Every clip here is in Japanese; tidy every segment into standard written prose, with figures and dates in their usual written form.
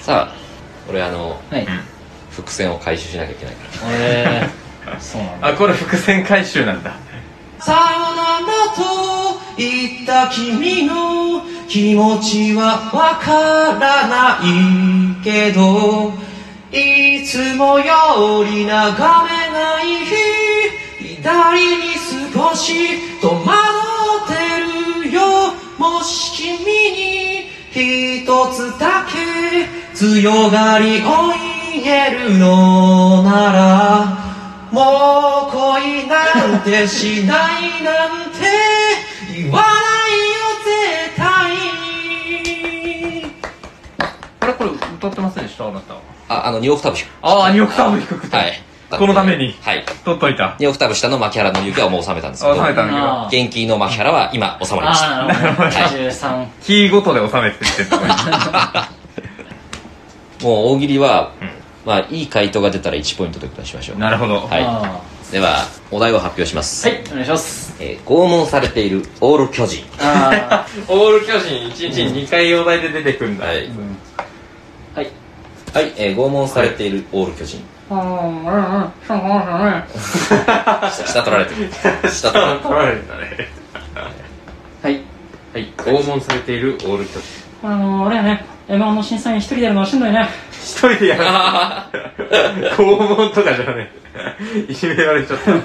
さあ、俺はい。 伏線を回収しなきゃいけないかそうなんだ。 あ、これ伏線回収なんだ。 さよならと言った君の気持ちはわからないけど、いつもより眺めない左に少し戸惑ってるよ。もし君に一つだけ強がりを言えるのなら、もう恋なんてしないなんて言わないよ絶対。 これ歌ってませんでしたあなた。 2オクターブ低く。 ああ、2オクターブ低くて。 はい。 このために。 はい。 取っといた。 2オクターブ下の牧原の雪はもう収めたんですけど。 収めたんだ元気の牧原は今収まりました。 なるほど。13。 キーごとで収めてってとこもう大喜利は、まあいい回答が出たら1ポイントということにしましょう。 なるほど。 はい。ではお題を発表します。 はい、お願いします。 拷問されているオール巨人。 オール巨人1日に2回お題で出てくるんだ。 はい。はい。拷問されているオール巨人。下取られてる。下取られてたね。 はい。 はい。拷問されているオール巨人。 あれやね、M1 の審査員一人でやるのはしんどいね。 一人でやる。拷問とかじゃねえ。いじめられちゃった。はい。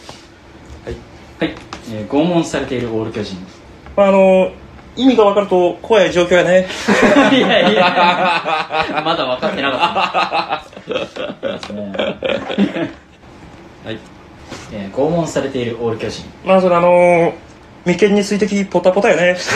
拷問されているオール巨人。 意味が分かると怖い状況やね。 いやいや、まだ分かってなかったですね。はい。拷問されているオール巨人。 まあそれ眉間に水滴ポタポタやね。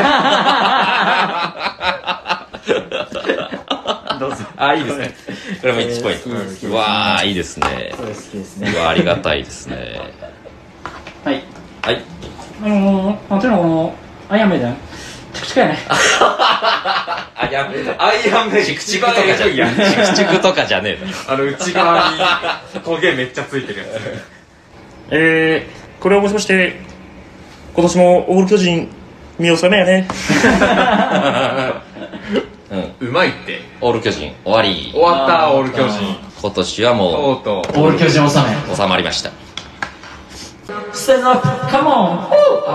どうぞ。 いいですね。これも1ポイント。うわー、いいですね。 これ好きですね。 うわー、ありがたいですね。 はい。 はい。 なんていうの、アイアンメイデン。チクチクやね。 アイアンメイチクチクとかじゃねえ。チクチクとかじゃねえ。 内側に焦げめっちゃついてるやつ。 これをもしまして今年もオール巨人見納めやね。 うまいって。 オール巨人終わり。 終わったオール巨人。 今年はもうオール巨人収まりました。 Stand up, come on!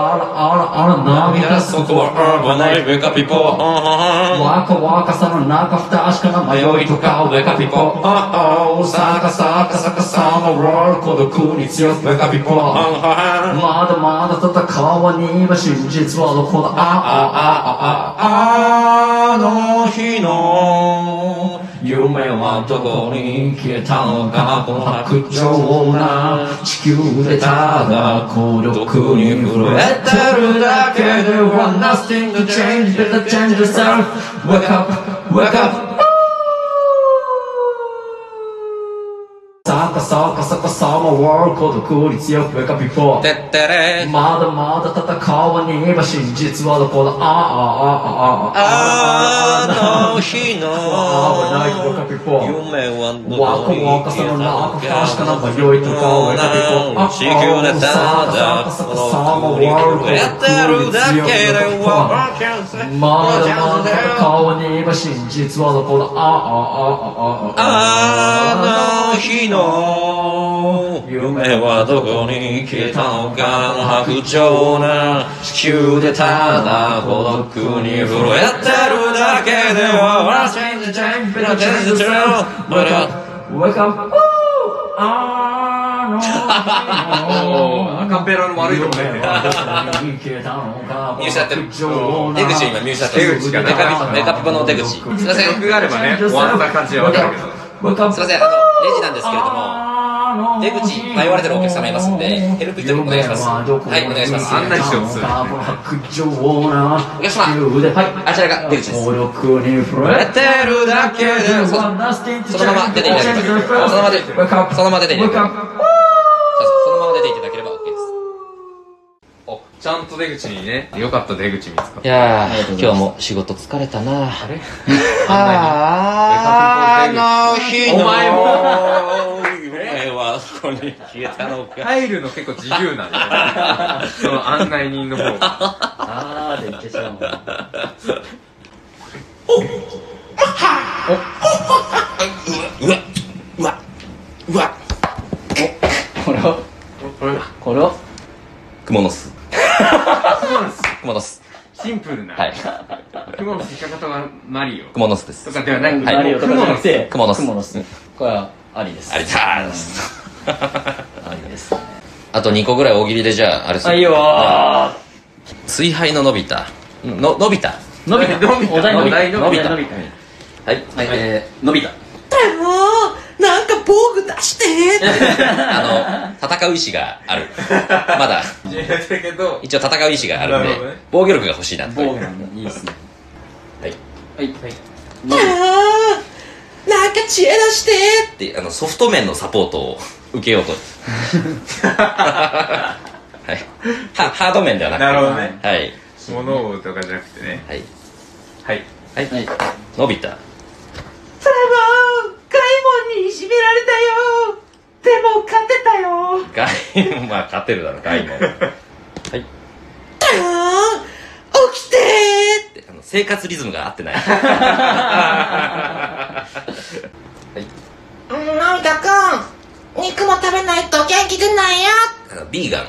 涙そこは危ないウェカピポ。 若さの中不確かな迷いとかウェカピポ。さかさまワール孤独に強くウェカピポ。まだまだ戦わには真実はどこだ。あの日の夢はどこに消えたのか。この白状な地球でただ孤独に震えてるだけでは Nothing to change, better change yourself. Wake up, wake up. さかさまワール孤独に強く Wake up before. てってれ。 まだまだ戦わには真実はどこだ。 あの日の夢はどこに若さの中不確かな迷いとか Wake up before. 地球でただ孤独に震えてるだけではまだまだ戦わには真実はどこだ。 あの日の夢はどこに消えたのか。白状な地球でただ孤独に震えてるだけでは Wake up. アカペラの悪いとこね。 見失ってる。出口今見失ってる。 出口がね。 メカピコの出口。すいません。 曲があればね、終わった感じはわかるけど。 すいません、レジなんですけれども、出口迷われてるお客様いますんで、ヘルプってお願いします。はい、お願いします。 案内しようとする。 お客様、あちらが出口です。震えてるだけで、そのまま出ていただければ、そのまま出ていただければ、そのまま出ていただければ OK です。 お、ちゃんと出口にね、よかった出口見つかった。 いやー、今日も仕事疲れたな。 あれあの日のお前も夢はそこに消えたのか。 入るの結構自由なんだよ。その案内人の方が。 でいけちゃうもん。 お方はマリオクモの巣です。 とかではなく、 マリオとかじゃなくてクモの巣。 クモの巣。これはありです。 ありだうんありですね。 あと2個ぐらい大喜利でじゃあ、あれする。 いいよー。 追廃ののび太。のび太。 のび太。お題のび太。 のび太のび太。 はい。 はい、のび太。 なんか防具出して戦う意志がある。まだ、 だけど一応戦う意志があるんでなるほどね、 防御力が欲しいなと。 防具なんだ。いいですね。 はい。 はい。 なんか知恵出してで、ソフト面のサポートを受けようと。はい。ハード面ではなくて。 なるほどねはい。 物をとかじゃなくてねはい。 はいはい。 はい。 のび太。 それも買い物にいじめられたよでも勝てたよガイまあ、勝てるだろ、ガイも。はい。 起きてで生活リズムが合ってない。 のび太くん肉も食べないと元気出ないよビーガン。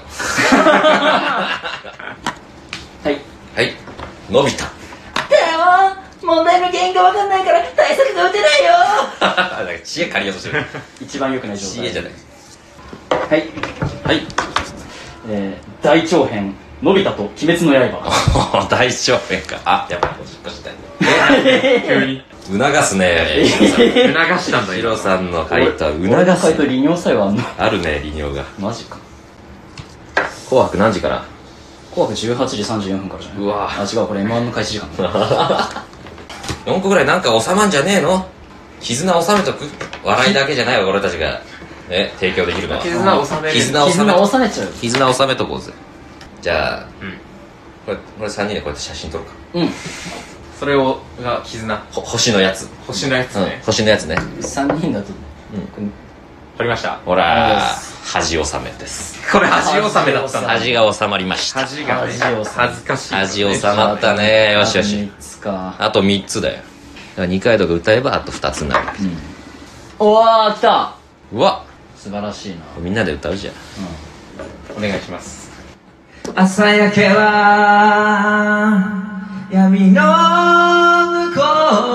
はい。 はい。のび太。 問題の原因が分かんないから対策が打てないよなんか知恵借りようとしてる。 一番良くない状態。 知恵じゃない。 はい。 はい。 大長編、のび太と鬼滅の刃。 大長編か。あ、やっぱおしっこしたい。 急に促すね。 促したんだヒロさんの回答は俺の促す。 回答利尿作用あんの？ あるね、利尿が。 マジか。 紅白何時から紅白18時34分からじゃない？ うわあ、違う、これ M1 の開始時間だ。 4個ぐらいなんか収まんじゃねえの？絆収めとく？笑いだけじゃないよ、俺たちが。ね、提供できるのは。 絆収める絆収めちゃう。 絆収めとこうぜ。じゃあ、 うんこれ3人でこうやって写真撮るか。 うん。 それをが絆星のやつ。 星のやつうん、 ね星のやつね。 3人だと、 撮りましたほら、恥納めです。 これ恥納めだったんだ恥が収まりました。 恥がね恥を恥ずかしい恥収まったね。よしよし。 3つか。 あと3つだよ。だから二階堂が歌えばあと2つになる。 おわー、来た。 うわ、 素晴らしいな。 みんなで歌うじゃん。 お願いします朝焼けは闇の向こ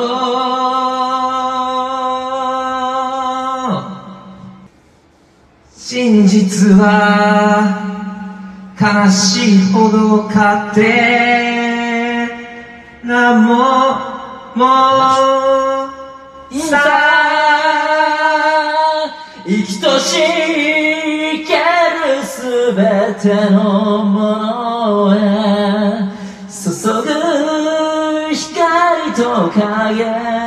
う真実は悲しいほど勝手なもさ生きとしけるすべてのものへ注ぐ光と影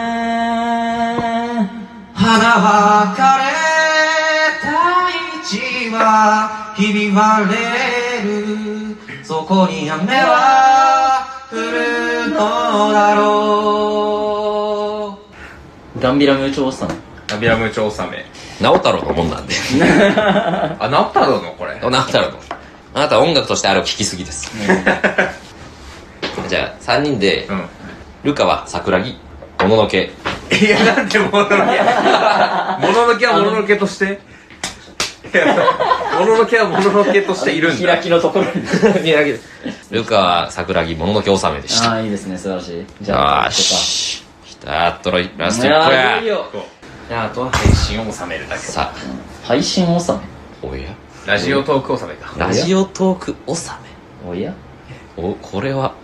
花は枯れ大地はひび割れるそこに雨は降るのだろうダンビラムーチョーさん。 ナビラム調査名直太朗のもんなんで。 あ、直太朗のこれ直太朗の。あなたは音楽としてあれを聴きすぎです。じゃあ、3人で、 うんルカは桜木、もののけ。 いや、なんでもののけもののけはもののけとしていやもののけはもののけとしているんだ開きのところに。 ルカは桜木、もののけ納めでした。 ああ、いいですね、素晴らしい。じゃあ、 よし。きたーっとラスト1個いややーいい。よ。 いや、あとは配信を収めるだけさ配信納あ、おやラジオトークを収めたラジオトーク納め。おやめ。お、これは、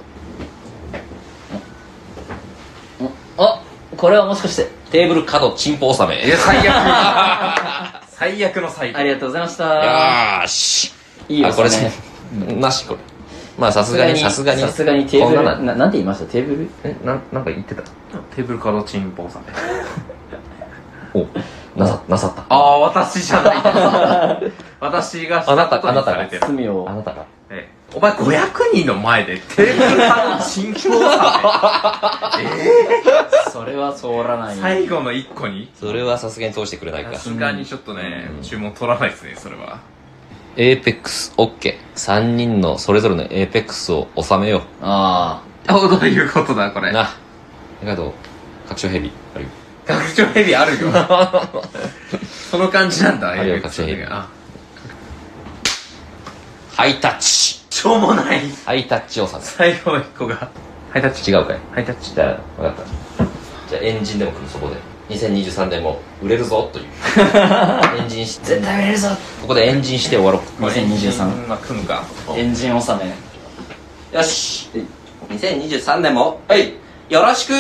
あ、これはもしかして。 テーブル角チンポ納め。 いや、最悪最悪の最悪ありがとうございました。 よーし。 いいよ、 あ、これそね。 なし、これ。まあ、さすがに、 さすがにテーブル、 こんなのなんて言いましたテーブルなんか言ってた。 テーブルカードチンポ納めお、なさった。 ああ、私じゃない私がしたことにされてる罪をあ。なたが。 ええお前500人の前でテーブルカードチンポ納それは通らない。 め最後の1個にそれはさすがに通してくれないかさ。すがにちょっとね、注文取らないですね、それは。 エーペックス、オッケー。3人のそれぞれのエーペックスを収めよああ、どういうことだ、こう。 れ。 な。だけど、拡張ヘビあるよ。 拡張ヘビあるよ。その感じなんだ、 あるよ APEX 拡張ヘビあ、 ハイタッチ。 しょうもない。 ハイタッチ納め。 最後の1個が、 ハイタッチ。 違うかい。 ハイタッチ。 じゃあ、分かった。じゃあ、エンジンでも来る、そこで。2023年も売れるぞ、という。エンジンし、絶対売れるぞ。ここでエンジンして終わろう。 2023 まあ、組むか。 エンジン納め。 よし。2023年も、はい。よろしく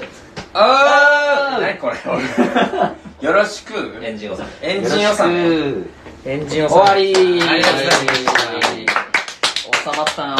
あー何これよろしくエンジン納め。 エンジン納め。エンジン納め。 終わりー。 ありがとうございました。 収まったな。